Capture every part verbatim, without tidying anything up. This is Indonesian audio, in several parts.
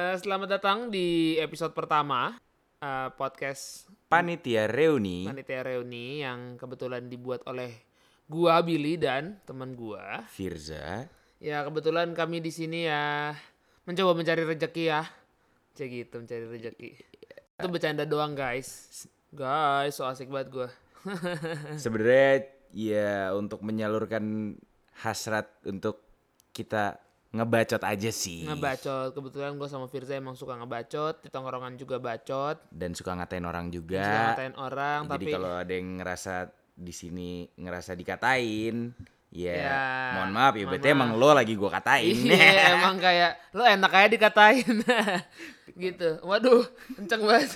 Uh, selamat datang di episode pertama uh, podcast Panitia Reuni. Panitia Reuni yang kebetulan dibuat oleh gua Billy dan teman gua Firza. Ya kebetulan kami di sini ya mencoba mencari rezeki ya, cek gitu mencari rezeki. Itu bercanda doang guys, guys so asik banget gua. Sebenarnya ya untuk menyalurkan hasrat untuk kita ngebacot aja sih. Ngebacot, kebetulan gue sama Firza emang suka ngebacot, di tongkrongan juga bacot. Dan suka ngatain orang juga. Dan suka ngatain orang, jadi tapi kalau ada yang ngerasa di sini ngerasa dikatain, ya, ya mohon maaf ya, berarti maaf. Emang lo lagi gue katain. Iya, emang kayak lo enak aja dikatain. Gitu. Waduh, kenceng banget.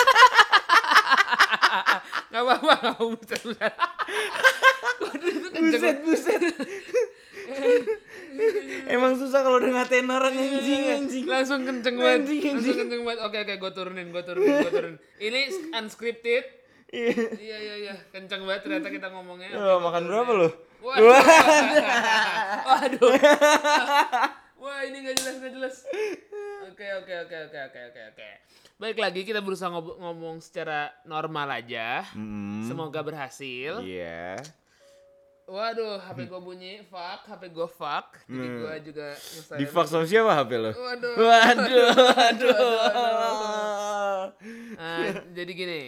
Gak apa-apa, gak apa-apa. Buset, buset, buset. Emang susah kalau udah ngatain orang anjing anjing. Langsung kenceng banget. Langsung kenceng banget. Oke oke gue turunin, gue turunin, gue turunin. Ini unscripted. Iya iya iya, kenceng banget ternyata kita ngomongnya. Oh, makan berapa lo? Waduh. Waduh. Wah, ini enggak jelas, enggak jelas. Oke oke oke oke oke oke oke. Baik lagi kita berusaha ngob- ngomong secara normal aja. Mm. Semoga berhasil. Iya. Yeah. Waduh, H P gue bunyi, fuck, H P gue fuck. Jadi hmm. gue juga ngesain. Di fuck sama siapa H P lo? Waduh. Waduh, waduh. Uh, jadi gini.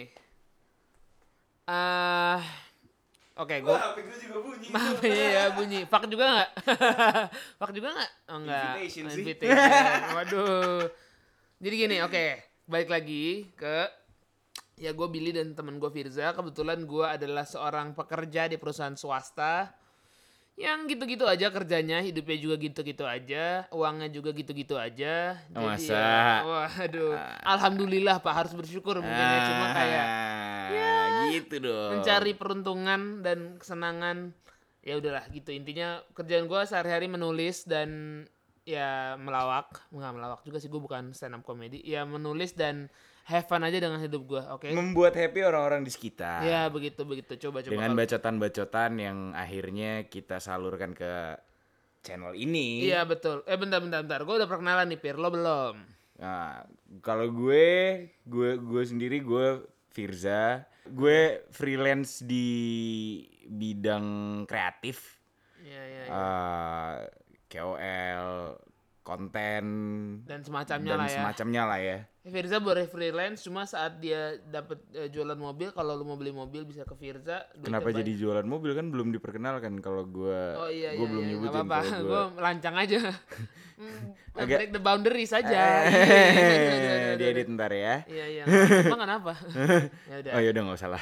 Uh, Oke, okay, gue. H P gue juga bunyi. Maaf ya bunyi. Fuck juga nggak? Fuck juga nggak? Oh enggak. Invitation sih. Invitation. Waduh. Jadi gini, oke. Okay. Balik lagi ke ya gue Billy dan temen gue Firza. Kebetulan gue adalah seorang pekerja di perusahaan swasta yang gitu-gitu aja kerjanya, hidupnya juga gitu-gitu aja, uangnya juga gitu-gitu aja. Oh, jadi masa? ya, waduh, ah. Alhamdulillah Pak, harus bersyukur mungkinnya ah, cuma kayak ya gitu dong. Mencari peruntungan dan kesenangan. Ya udahlah gitu, intinya kerjaan gue sehari-hari menulis dan ya melawak, nggak melawak juga sih, gue bukan stand up comedy, ya menulis dan have fun aja dengan hidup gue, oke? Okay? Membuat happy orang-orang di sekitar. Ya begitu begitu, coba coba. Dengan kalau... bacotan-bacotan yang akhirnya kita salurkan ke channel ini. Iya betul. Eh bentar bentar bentar, gue udah perkenalan nih Pir, lo belum? Nah, kalau gue, gue gue sendiri gue Firza, gue freelance di bidang kreatif. Iya iya. Ya. Uh, K O L, konten dan semacamnya dan lah ya. semacamnya lah ya. Firza boleh freelance cuma saat dia dapat uh, jualan mobil, kalau lu mau beli mobil bisa ke Firza. Kenapa jadi banyak. Jualan mobil kan belum diperkenalkan kalau gue oh, iya, gue iya, belum iya. nyebutin. Gak apa-apa, gue lancang aja. Agak break the boundaries aja. Dia edit ntar ya. Iya iya. Emang kenapa? Ya udah. Oh ya udah nggak usah lah.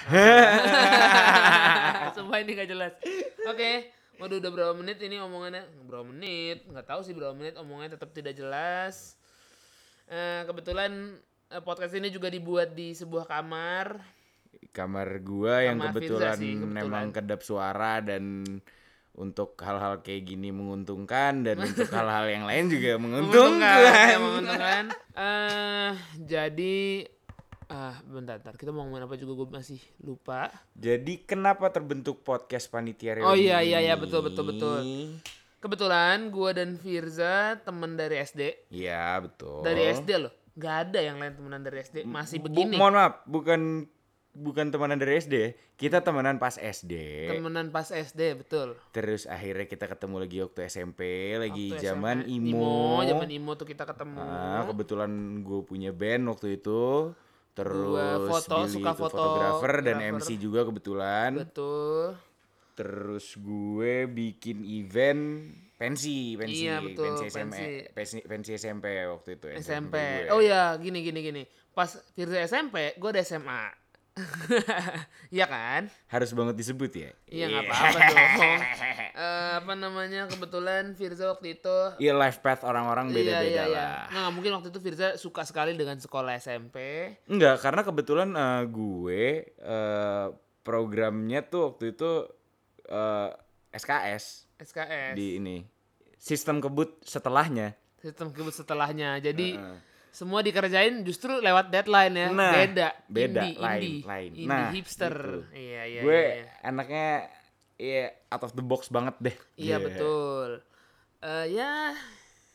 Sumpah ini gak jelas. Oke. Okay. Waduh udah berapa menit ini omongannya? Berapa menit? Nggak tahu sih berapa menit, omongannya tetap tidak jelas. Uh, kebetulan uh, podcast ini juga dibuat di sebuah kamar. Kamar gua yang kamar kebetulan, sih, kebetulan memang kedap suara dan untuk hal-hal kayak gini menguntungkan dan untuk hal-hal yang lain juga menguntungkan. menguntungkan, menguntungkan. Uh, jadi ah bentar, bentar kita mau ngomongin apa juga gue masih lupa. Jadi kenapa terbentuk podcast Panitia Reuni? Oh iya iya iya betul betul betul. Kebetulan gue dan Firza teman dari S D. Iya betul. Dari S D loh. Gak ada yang lain temenan dari S D. Masih begini. Bu, mohon maaf, bukan bukan temenan dari S D. Kita temenan pas S D. Temenan pas S D betul. Terus akhirnya kita ketemu lagi waktu S M P, lagi waktu zaman S M P. emo. Zaman emo tuh kita ketemu. Nah, kebetulan gue punya band waktu itu. Terus foto, Billy suka itu foto, fotografer dan fotografer. M C juga kebetulan. Betul. Terus gue bikin event pensi, pensi, iya, betul, pensi S M P, pensi. pensi S M P waktu itu. S M P. Oh ya, gini gini gini. Pas Firza S M P, gue udah S M A. Iya kan? Harus banget disebut ya? Iya nggak yeah. apa-apa dong. uh, apa namanya kebetulan Firza waktu itu. Iya life path orang-orang beda-beda iya, iya, lah. Iya. Nggak mungkin waktu itu Firza suka sekali dengan sekolah S M P. Enggak, karena kebetulan uh, gue uh, programnya tuh waktu itu uh, S K S. S K S. Di ini sistem kebut setelahnya. Sistem kebut setelahnya. Jadi uh-uh. semua dikerjain justru lewat deadline ya. Nah, beda. Beda. Indie, lain, indie. lain. Indie nah, hipster. Gitu. Iya, iya, gue iya, iya. anaknya ya out of the box banget deh. Iya yeah. betul. Uh, ya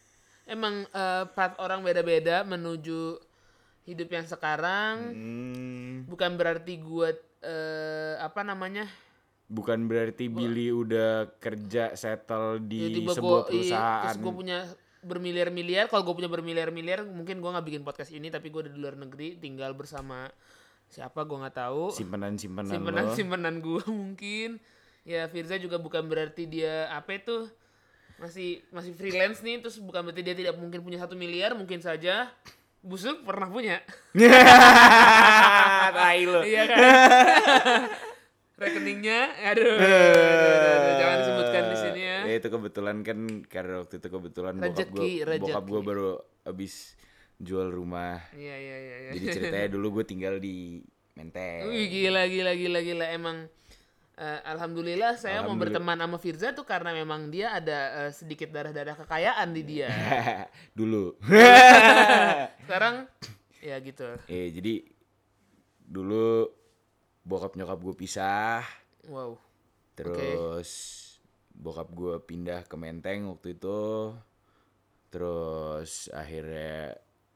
emang eh, path orang beda-beda menuju hidup yang sekarang. Hmm, Bukan berarti gue eh, apa namanya? bukan berarti Billy udah kerja settle di Tiba-tiba sebuah gue perusahaan. terus gue punya bermiliar-miliar. Kalau gue punya bermiliar-miliar, mungkin gue nggak bikin podcast ini, tapi gue udah di luar negeri, tinggal bersama siapa gue nggak tahu. Simpenan-simpenan Simpenan lo. simpenan gue mungkin. Ya Firza juga bukan berarti dia apa itu masih masih freelance nih, terus bukan berarti dia tidak mungkin punya satu miliar, mungkin saja. Busuk pernah punya. Tai lo. Iya kan? Rekeningnya, aduh, aduh, aduh, aduh, jangan disebutkan di sini ya. Ya itu kebetulan kan karena waktu itu kebetulan bokap Rejeki, gue bokap rejeki. gue baru abis jual rumah. Iya, iya, iya, iya. Jadi ceritanya dulu gue tinggal di Menteng. Wih, gila, gila, gila, gila. Emang eh, alhamdulillah saya mau Alhamdulillah. berteman sama Firza tuh karena memang dia ada eh, sedikit darah-darah kekayaan di dia. Dulu. Sekarang ya gitu. Eh jadi dulu bokap nyokap gue pisah. Wow. Terus bokap gue pindah ke Menteng waktu itu. Terus akhirnya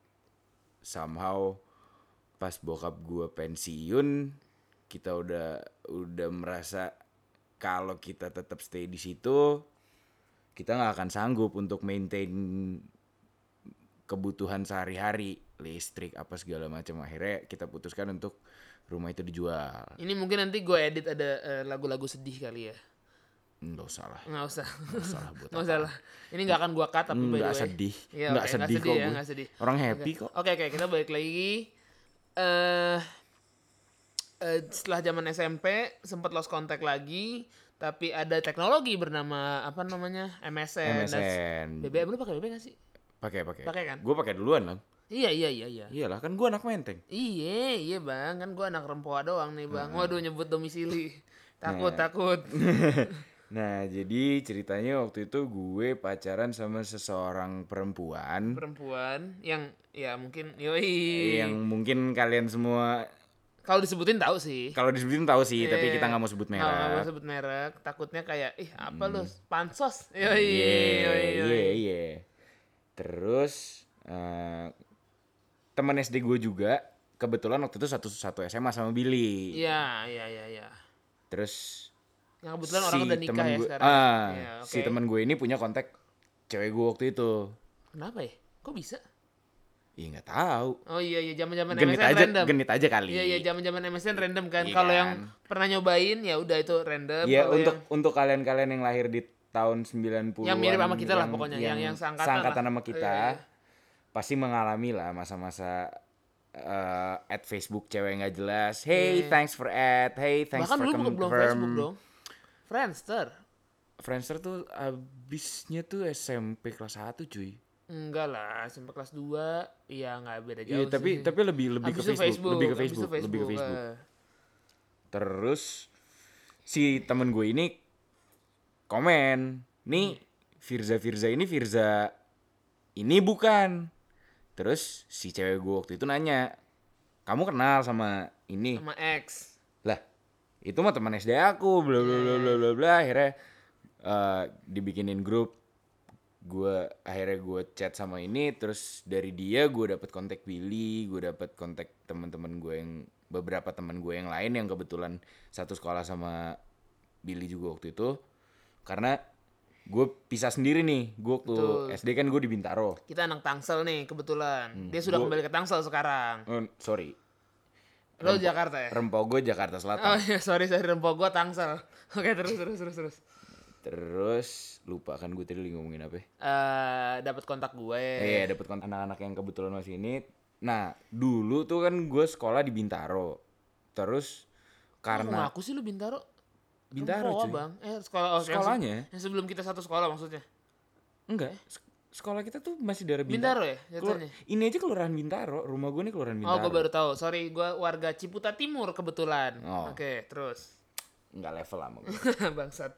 somehow pas bokap gue pensiun, kita udah udah merasa kalau kita tetap stay di situ, kita nggak akan sanggup untuk maintain kebutuhan sehari-hari, listrik apa segala macam. Akhirnya kita putuskan untuk rumah itu dijual. Ini mungkin nanti gue edit ada eh, lagu-lagu sedih kali ya. Nggak usah lah. Nggak usah. Nggak usah lah buat Nggak usah lah. Ini nggak akan gue cut tapi by the Nggak way. sedih. Iya, Nggak oke, sedih kok ya, gue. nggak sedih. Orang happy kok. Oke, oke, kita balik lagi. Eh eh, setelah zaman S M P sempat lost contact lagi, tapi ada teknologi bernama apa namanya? M S N. M S N. B B M lu pakai B B M nggak sih? Pakai pakai. Pakai kan? Gue pakai duluan lah. Iya, iya, iya, iya. Iyalah kan gue anak Menteng. Iya, iya bang, kan gue anak Rempoa doang nih bang. Waduh nyebut domisili. Takut, Nah. takut. Nah jadi ceritanya waktu itu gue pacaran sama seseorang perempuan Perempuan yang ya mungkin yoi. yang mungkin kalian semua Kalau disebutin tahu sih. kalau disebutin tahu sih, tapi Iya. kita nggak mau sebut Nggak- nggak mau merek. sebut merek. Takutnya kayak ih apa lu pansos. Yoi, Iya, yoi, iya, yoi. iya. Terus eh, teman S D gue juga kebetulan waktu itu satu satu S M A sama Billy. Iya, iya, iya, iya. Terus Yang kebetulan orang udah nikah temen ya gue, sekarang. ah, Iya, si oke. teman gue ini punya kontak cewek gue waktu itu. Kenapa ya? Kok bisa? Iya nggak tahu. Oh iya iya zaman-zaman M Genit S N aja, random. genit aja kali. Iya iya zaman-zaman M S N random kan. Iya Kalau kan. yang pernah nyobain ya udah itu random. Iya Kalau untuk yang, untuk kalian-kalian yang lahir di tahun sembilan puluhan Yang mirip sama kita lah pokoknya, yang- yang seangkatan lah. sama kita Iya, iya. pasti mengalami lah masa-masa eh, add Facebook cewek nggak jelas. Hey, Iya. thanks for add. Hey, thanks bahkan for dulu bukan belum confirm. Facebook dong. Friendster. Friendster tuh abisnya tuh S M P kelas satu cuy. Enggak lah, sampai kelas dua ya nggak beda jauh Iya, tapi sih. tapi lebih lebih Habis ke itu Facebook, lebih ke habis itu Facebook, lebih ke Facebook. eh. Terus si temen gue ini komen, nih Firza Firza ini Firza ini bukan. Terus si cewek gue waktu itu nanya, kamu kenal sama ini? Sama X. Lah, itu mah teman S D aku, bla bla bla bla bla bla. Akhirnya eh, dibikinin grup. Gue akhirnya gue chat sama ini, terus dari dia gue dapet kontak Billy, gue dapet kontak teman-teman gue yang beberapa teman gue yang lain yang kebetulan satu sekolah sama Billy juga waktu itu. Karena gue pisah sendiri nih, gue waktu Betul. S D kan gue di Bintaro. Kita anak Tangsel nih kebetulan. Dia sudah gua- kembali ke Tangsel sekarang. Oh, sorry, Lo Jakarta ya? Rempoh gue Jakarta Oh Selatan. iya, sorry sorry Rempoh gua Tangsel. Oke, terus terus terus terus. Terus lupa kan gue tadi ngomongin apa? Eh dapat kontak gue. Eh, iya, dapet kontak anak-anak yang kebetulan masih ini. Nah, dulu tuh kan gue sekolah di Bintaro. Terus Karena karena aku sih lu Bintaro. Bintaro, Rempoa, cuy. Bang. Eh sekolah oh, yang se- Sekolahnya? Yang, sebelum kita satu sekolah maksudnya. enggak, sek- sekolah kita tuh masih daerah Bintaro Bintaro. ya Kelur- jatuhnya. ini aja kelurahan Bintaro, rumah gue nih kelurahan Oh, Bintaro. gue baru tahu. Sorry, gue warga Ciputa Timur kebetulan. Oh. Oke, terus. Enggak level sama gue. Bangsat.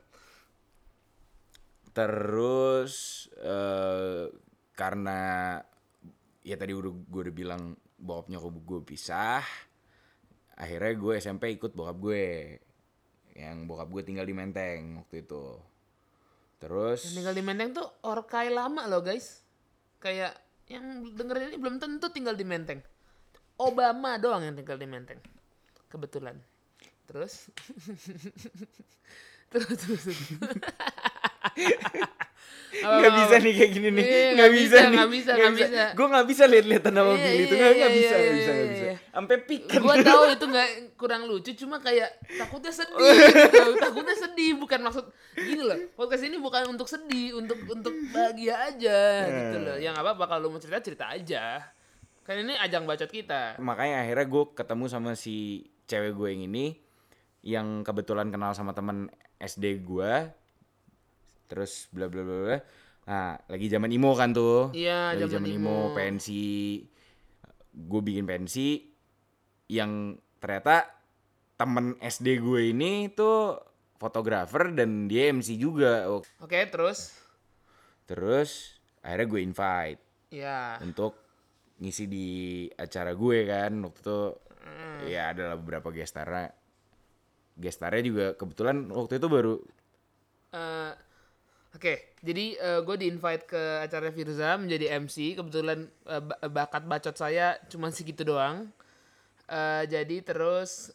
Terus eh karena ya tadi udah gue udah bilang bokap nyokap gue pisah, akhirnya gue S M P ikut bokap gue, yang bokap gue tinggal di Menteng waktu itu. Terus Yang tinggal di Menteng tuh orkai lama loh, guys. kayak yang dengerin ini belum tentu tinggal di Menteng. Obama doang yang tinggal di Menteng. Kebetulan. Terus terus terus. Nggak bisa nih kayak gini nih. Iya, Nggak bisa nih. nggak bisa, nggak bisa. Gue nggak bisa lihat-lihatan sama Iya, Billy itu. iya, Nggak nggak iya, bisa, iya, nggak bisa, iya, nggak bisa. iya. Sampai pikan. Gua tahu itu nggak kurang lucu, cuma kayak takutnya sedih gitu. Takutnya sedih, bukan maksud gini loh. Podcast ini bukan untuk sedih, untuk untuk bahagia aja gitu loh. Ya nggak apa-apa kalau lu mau cerita cerita aja. Kan ini ajang bacot kita. Makanya akhirnya gue ketemu sama si cewek gue yang ini, yang kebetulan kenal sama teman S D gue. Terus bla bla bla bla. Nah, lagi zaman emo kan tuh. Iya, lagi zaman zaman emo. emo, pensi. Gue bikin pensi yang ternyata temen S D gue ini tuh fotografer dan dia M C juga. Oke, terus? Terus akhirnya gue invite Ya. untuk ngisi di acara gue kan. Waktu itu Hmm. ya adalah beberapa gestarnya. Gestarnya juga kebetulan waktu itu baru Eh, Oke, jadi eh, gue di-invite ke acara Firza menjadi M C. Kebetulan eh, ba- bakat bacot saya cuma segitu doang. Eh, jadi terus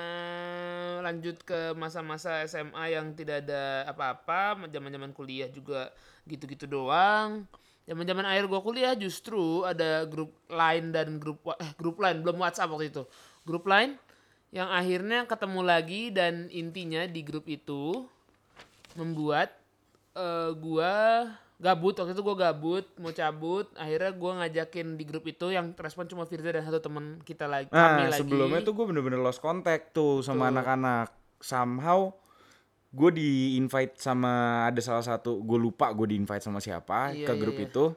eh, lanjut ke masa-masa S M A yang tidak ada apa-apa. Zaman-zaman kuliah juga gitu-gitu doang. Zaman-zaman akhir gue kuliah justru ada grup Line dan grup wa- eh grup Line belum WhatsApp waktu itu. Grup Line yang akhirnya ketemu lagi dan intinya di grup itu membuat eh gua gabut. Waktu itu gua gabut mau cabut, akhirnya gua ngajakin di grup itu yang respon cuma Firza dan satu teman kita lagi, kami Nah, lagi. sebelumnya tuh gue bener-bener lost contact tuh sama Betul. anak-anak. Somehow gue di-invite sama ada salah satu, gue lupa gue di-invite sama siapa Iya, ke iya, grup iya. itu.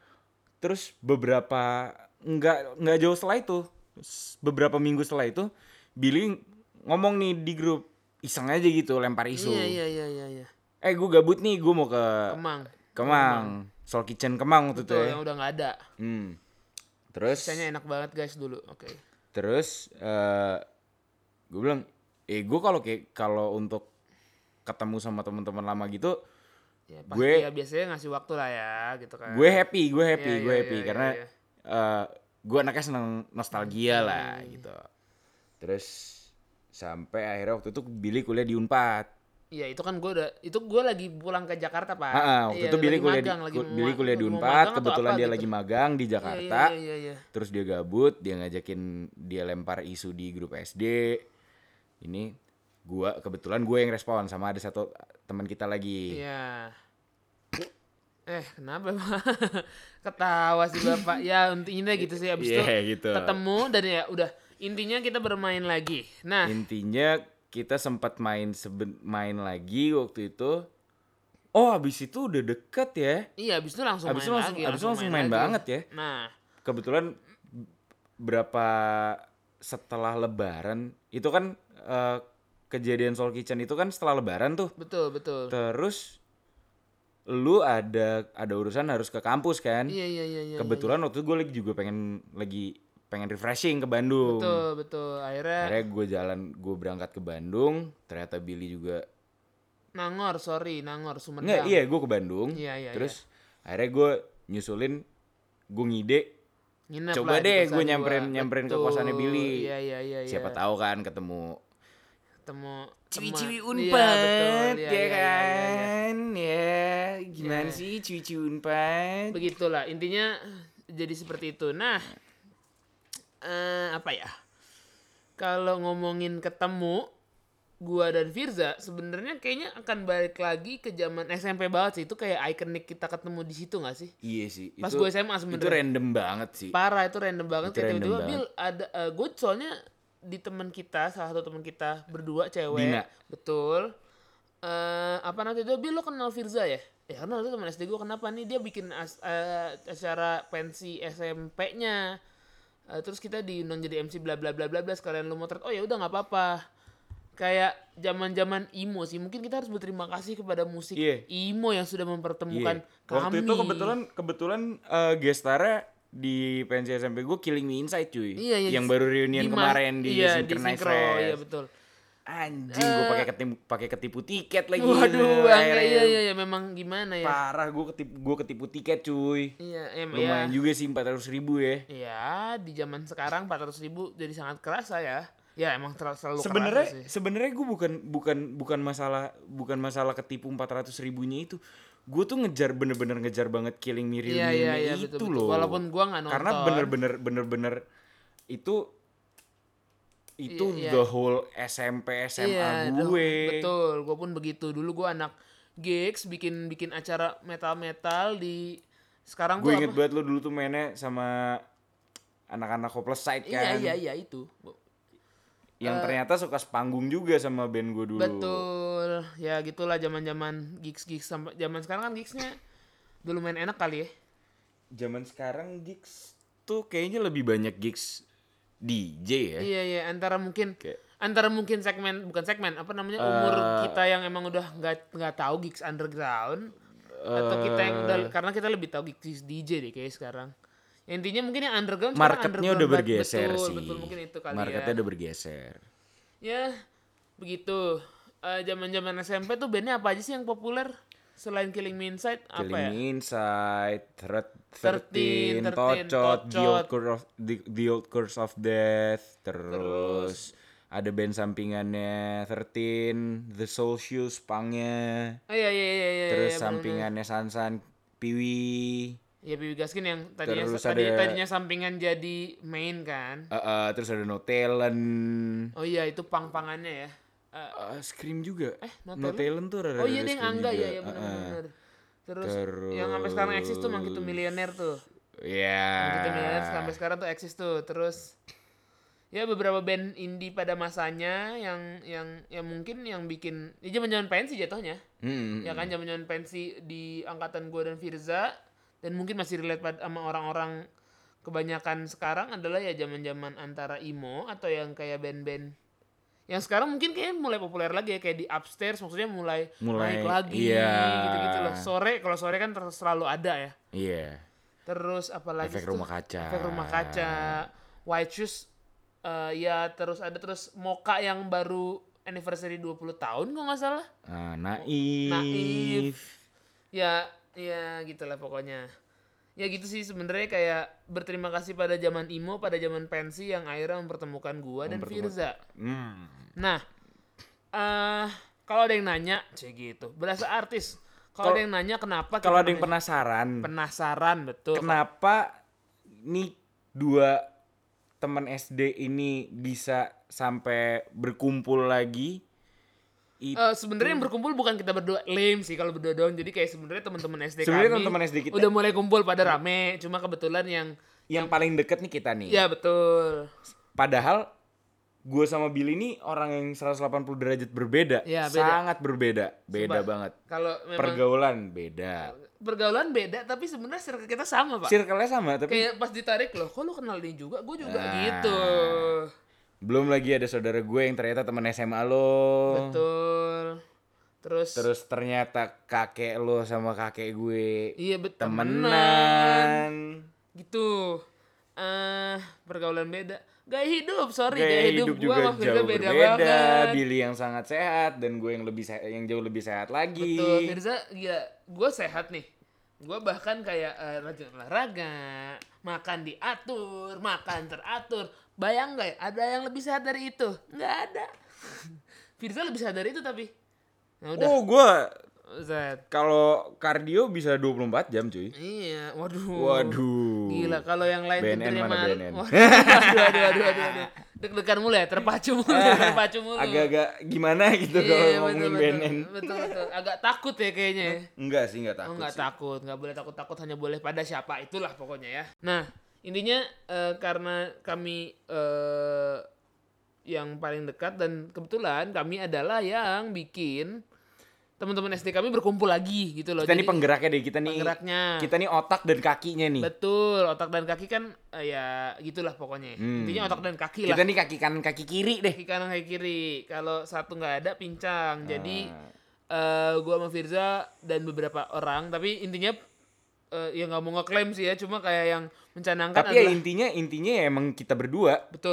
Terus beberapa nggak nggak jauh setelah itu, s- beberapa minggu setelah itu, Billy ngomong nih di grup, iseng aja gitu lempar isu. Iya iya iya iya iya. Eh gue gabut nih, gue mau ke Kemang. Kemang, Soul Kitchen Kemang waktu itu Betul, ya. yang udah nggak ada. Hmm. Terus Sisanya enak banget guys dulu. Oke. Terus eh gue bilang, eh gue kalau kayak kalau untuk ketemu sama teman-teman lama gitu, Ya, pasti gue ya biasanya ngasih waktu lah ya gitu kan. gue happy, gue happy, Iya, gue iya, happy iya, karena iya, iya. eh gue anaknya seneng nostalgia lah Hmm. gitu. Terus sampai akhirnya waktu itu Billy kuliah di Unpad. Iya itu kan gue udah itu gue lagi pulang ke Jakarta pak. Ah, ah, waktu Iya, itu Billy lagi kuliah di magang, lagi ku- mau- Billy kuliah di mau Unpad, magang atau kebetulan apa dia gitu. lagi magang di Iya, Jakarta. Iya iya iya. Terus dia gabut, dia ngajakin dia lempar isu di grup S D. Ini gua kebetulan gue yang respon sama ada satu teman kita lagi. Iya. Eh kenapa pak? Ketawa sih bapak. Ya intinya gitu sih abis itu Iya, gitu. ketemu dan ya udah intinya kita bermain lagi. Nah Intinya kita sempat main seben, main lagi waktu itu. Oh, habis itu udah deket ya. iya abis itu langsung Abis main itu langsung- lagi. abis itu langsung main lagi. banget ya. Nah Kebetulan berapa setelah Lebaran itu kan eh, kejadian Soul Kitchen itu kan setelah Lebaran tuh. betul betul. Terus lu ada ada urusan harus ke kampus kan? Iya iya iya iya. Kebetulan waktu itu gue lagi juga pengen lagi pengen refreshing ke Bandung. Betul betul. Akhirnya Akhirnya gue jalan, gue berangkat ke Bandung. Ternyata Billy juga Nangor sorry Nangor Sumedang. nggak, iya gue ke Bandung. Iya, iya, Terus akhirnya gue nyusulin, gue ngide. Nginep Coba lah di deh kosan gue nyamperin gua. nyamperin ke Betul. kosannya Billy. Iya iya iya. Siapa iya. tahu kan ketemu Ketemu ciwi-ciwi teman. Unpad, Iya, betul. Iya, ya iya, iya, iya, iya. kan? Ya, gimana Ya. sih ciwi-ciwi Unpad? Begitulah intinya jadi seperti itu. Nah, eh, apa ya? Kalau ngomongin ketemu gua dan Firza sebenarnya kayaknya akan balik lagi ke zaman S M P banget sih. Itu kayak ikonik kita ketemu di situ gak sih? Iya sih. Pas itu- gue S M A Itu sebenarnya. random banget sih. Parah itu random banget. Itu Kayak random tiba-tiba banget. Bil ada eh, gue soalnya di teman kita salah satu teman kita berdua cewek. Dina. Betul. Eh apa nanti dia Bil lo kenal Firza ya? Ya kenal itu teman S D gue. Kenapa nih dia bikin as- eh, acara pensi S M P-nya. Eh, terus kita diundang jadi M C bla bla bla bla bla sekalian lu motret. Oh ya udah nggak apa-apa. Kayak zaman-zaman emo sih. Mungkin kita harus berterima kasih kepada musik Iya. emo yang sudah mempertemukan Iya. kami. Waktu itu kebetulan kebetulan eh, gestarnya di pensi S M P gue Killing Me Inside cuy. Iya, iya. Yang baru reunion Di mas- kemarin di iya, Synchronize Synchro, Fest. iya betul. Anjing, gue pakai ketipu pakai ketipu tiket lagi. Waduh, bang, Akhirnya iya iya iya memang gimana ya? parah, gue ketipu gue ketipu tiket cuy. Iya, em, Lumayan ya. juga sih empat ratus ribu ya. Iya, di zaman sekarang empat ratus ribu jadi sangat kerasa ya. Ya emang terlalu selalu Sebenarnya kerasa sih. sebenarnya gue bukan bukan bukan masalah bukan masalah ketipu empat ratus ribunya itu. Gue tuh ngejar bener-bener ngejar banget Killing Me Real Iya, iya, iya, itu betul, betul. loh. Walaupun gua nggak nonton. Karena bener-bener bener-bener itu itu Iya, iya. the whole S M P S M A Iya, dong, gue. betul. Gue pun begitu. Dulu gue anak gigs bikin bikin acara metal-metal di sekarang Gue tuh inget apa? banget lo dulu tuh mainnya sama anak-anak Hopeless Side kan. Iya, iya, iya itu. Yang ternyata suka sepanggung juga sama band gue dulu. Betul. Ya gitulah zaman-zaman gigs-gigs sampai zaman sekarang kan gigsnya dulu main enak kali ya. Zaman sekarang gigs tuh kayaknya lebih banyak gigs D J ya. Iya, iya, antara mungkin Kayak- antara mungkin segmen bukan segmen apa namanya umur kita yang emang udah nggak nggak tahu gigs underground atau kita yang udah karena kita lebih tahu gigs D J deh kayak sekarang. Intinya mungkin yang underground sekarang Marketnya underground udah banget. bergeser betul, sih. Betul, mungkin itu kali Marketnya ya. udah bergeser. Ya, begitu. Eh, zaman-zaman S M P tuh bandnya apa aja sih yang populer selain Killing Me Inside apa Killing ya? Me Inside, Threat, thirteen, thirteen, thirteen, Tocot, The Old Tocot. Curse of the, the Old Curse of Death, terus, ada band sampingannya thirteen, The Soul Shoes, pangnya, Oh iya iya iya iya. terus iya, sampingannya Sansan, Piwi, Ya Piwi Gaskin yang tadinya Terus tadi, ada- tadinya sampingan jadi main kan. uh, uh, terus ada No Talent, Oh iya itu pang-pangannya ya. Eh, uh, Scream juga, eh No No Talent? Talent tuh rada-rada oh iya deh yang Scream Angga juga. ya, ya Uh, uh. benar-benar. Terus, Terus- yang sampai sekarang eksis tuh Mangkitu Millionaire tuh. Ya. Mangkitu Millionaire sampai sekarang tuh eksis tuh. Terus ya beberapa band indie pada masanya yang yang yang mungkin yang bikin ya zaman-zaman pensi jatuhnya. Hmm. Ya kan zaman-zaman pensi di angkatan gua dan Firza dan mungkin masih relate pada sama orang-orang kebanyakan sekarang adalah ya zaman-zaman antara emo atau yang kayak band-band yang sekarang mungkin kayak mulai populer lagi ya kayak di Upstairs maksudnya mulai, Mulai, naik lagi iya. gitu-gitu loh. Sore kalau sore kan terus selalu ada ya. Iya. Terus apalagi Efek tuh? Rumah Kaca. Efek Rumah Kaca. White Shoes eh, ya terus ada terus Mocha yang baru anniversary dua puluh tahun kalau nggak salah. Ah, naif. Naif. Ya, ya gitulah pokoknya. Ya gitu sih sebenarnya kayak berterima kasih pada zaman emo, pada zaman pensi yang akhirnya mempertemukan gua dan Mempertemukan- Firza. Hmm. Nah, eh kalau ada yang nanya, cek gitu. Berasa artis. Kalau ada yang nanya kenapa Kalau kita ada yang namanya- penasaran, penasaran betul. kenapa nih dua teman S D ini bisa sampai berkumpul lagi? It- Eh, sebenarnya yang berkumpul bukan kita berdua, lame sih kalau berdua doang. Jadi kayak sebenarnya teman-teman S D kami Sebenarnya teman-teman S D kita- udah mulai kumpul pada rame. Cuma kebetulan yang yang paling deket nih kita nih. ya betul. Padahal gue sama Billy ini orang yang seratus delapan puluh derajat berbeda. Ya, beda. Sangat berbeda. Beda Coba, banget. Kalau memang Pergaulan beda. pergaulan beda tapi sebenarnya circle kita sama, Pak. Circle-nya sama tapi Kayak pas ditarik loh, kok lu kenal dia juga? Gue juga Nah. gitu. belum lagi ada saudara gue yang ternyata teman S M A lo. Betul. Terus, Terus ternyata kakek lo sama kakek gue iya betul temenan. gitu. Eh pergaulan beda. Gaya hidup, sorry Gaya hidup gua juga sama Firza jauh beda berbeda. banget. Billy yang sangat sehat dan gue yang lebih sehat, yang jauh lebih sehat lagi. Betul, Firza ya gue sehat nih. Gue bahkan kayak eh, rajin olahraga, makan diatur, makan teratur. Bayang gak ya, ada yang lebih sehat dari itu? Nggak ada. Firza lebih sehat dari itu tapi. Nah udah, Oh, gue Zat. kalau kardio bisa dua puluh empat jam, cuy. Iya, waduh. Waduh. Gila, kalau yang lain B N N tidurnya mana mal- B N N? Waduh, aduh, aduh, aduh, aduh, aduh. Deg-degan mulu ya, terpacu mulu, terpacu mulu. Agak-agak gimana gitu kalau Iya, ngomongin betul, B N N. betul, betul, betul. Agak takut ya kayaknya ya. Enggak sih, enggak Oh, takut nggak sih. takut, nggak boleh takut-takut, hanya boleh pada siapa itulah pokoknya ya. Nah, intinya eh, karena kami eh, yang paling dekat dan kebetulan kami adalah yang bikin teman-teman S D kami berkumpul lagi gitu loh. Kita nih Jadi, penggeraknya deh, kita nih penggeraknya. kita nih otak dan kakinya nih. Betul, otak dan kaki kan eh, ya gitulah pokoknya. Hmm. Intinya otak dan kaki lah. Kita nih kaki kanan kaki kiri deh. Kaki kanan kaki kiri. Kalau satu nggak ada pincang. Jadi Ah. eh gua sama Firza dan beberapa orang, tapi intinya eh, ya nggak mau ngeklaim sih ya, cuma kayak yang mencanangkan Tapi ya adalah intinya intinya ya emang kita berdua. betul.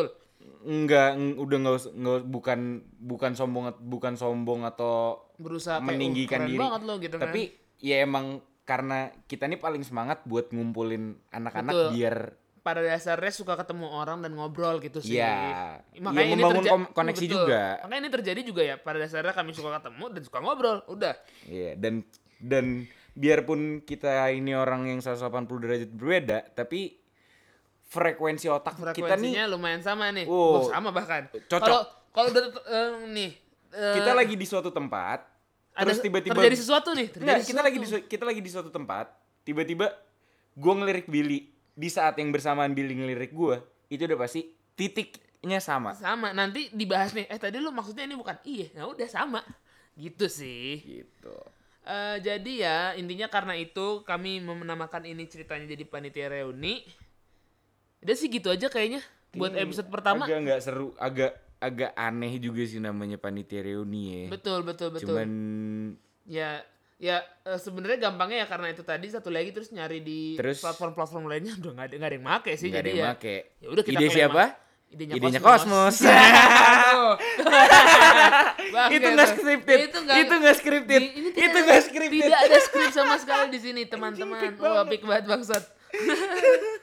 Enggak, eng- udah nggak us- nggak us- bukan bukan sombong at- bukan sombong atau Berusaha kayak, meninggikan "Uh, keren diri. banget lo," gitu kan. Tapi ya emang karena kita nih paling semangat buat ngumpulin anak-anak Betul. biar Pada dasarnya suka ketemu orang dan ngobrol gitu sih. ya, Makanya ya ini membangun terja- kom- koneksi Betul. juga. Makanya ini terjadi juga ya. Pada dasarnya kami suka ketemu dan suka ngobrol. Udah. Iya, dan dan biarpun kita ini orang yang seratus delapan puluh derajat berbeda, tapi frekuensi otak kita nih Frekuensinya lumayan sama nih. Oh, Oh, sama bahkan. cocok. Kalau kalau udah eh, nih eh, kita lagi di suatu tempat, ada terus tiba-tiba terjadi sesuatu nih. Terjadi Nggak, kita sesuatu. lagi di su- kita lagi di suatu tempat, tiba-tiba gue ngelirik Billy di saat yang bersamaan Billy ngelirik gue, itu udah pasti titiknya sama. Sama. Nanti dibahas nih. Eh tadi lu maksudnya ini bukan? Iya. Nah udah sama. Gitu sih. Gitu. Eh, jadi ya intinya karena itu kami menamakan ini ceritanya jadi panitia reuni. Udah sih gitu aja kayaknya buat Ini episode pertama. agak nggak seru, agak agak aneh juga sih namanya panitia reuni ya. Betul betul betul. Cuman Ya ya eh, sebenarnya gampangnya ya karena itu tadi satu lagi terus nyari di Terus- platform-platform lainnya udah nggak ada nggak ada yang make sih nggak ada jadi yang ya. make. Ya udah kita Ide klaim siapa? aja. Idenya, Idenya Cosmos. Cosmos. Aduh. Bangke Itu nggak tuh. scripted. Itu nggak Itu nggak scripted. di- ini tidak Itu ada- nggak scripted. Tidak ada skrip sama sekali di sini teman-teman. Anjing, peak Wah, banget. pik banget bangsat.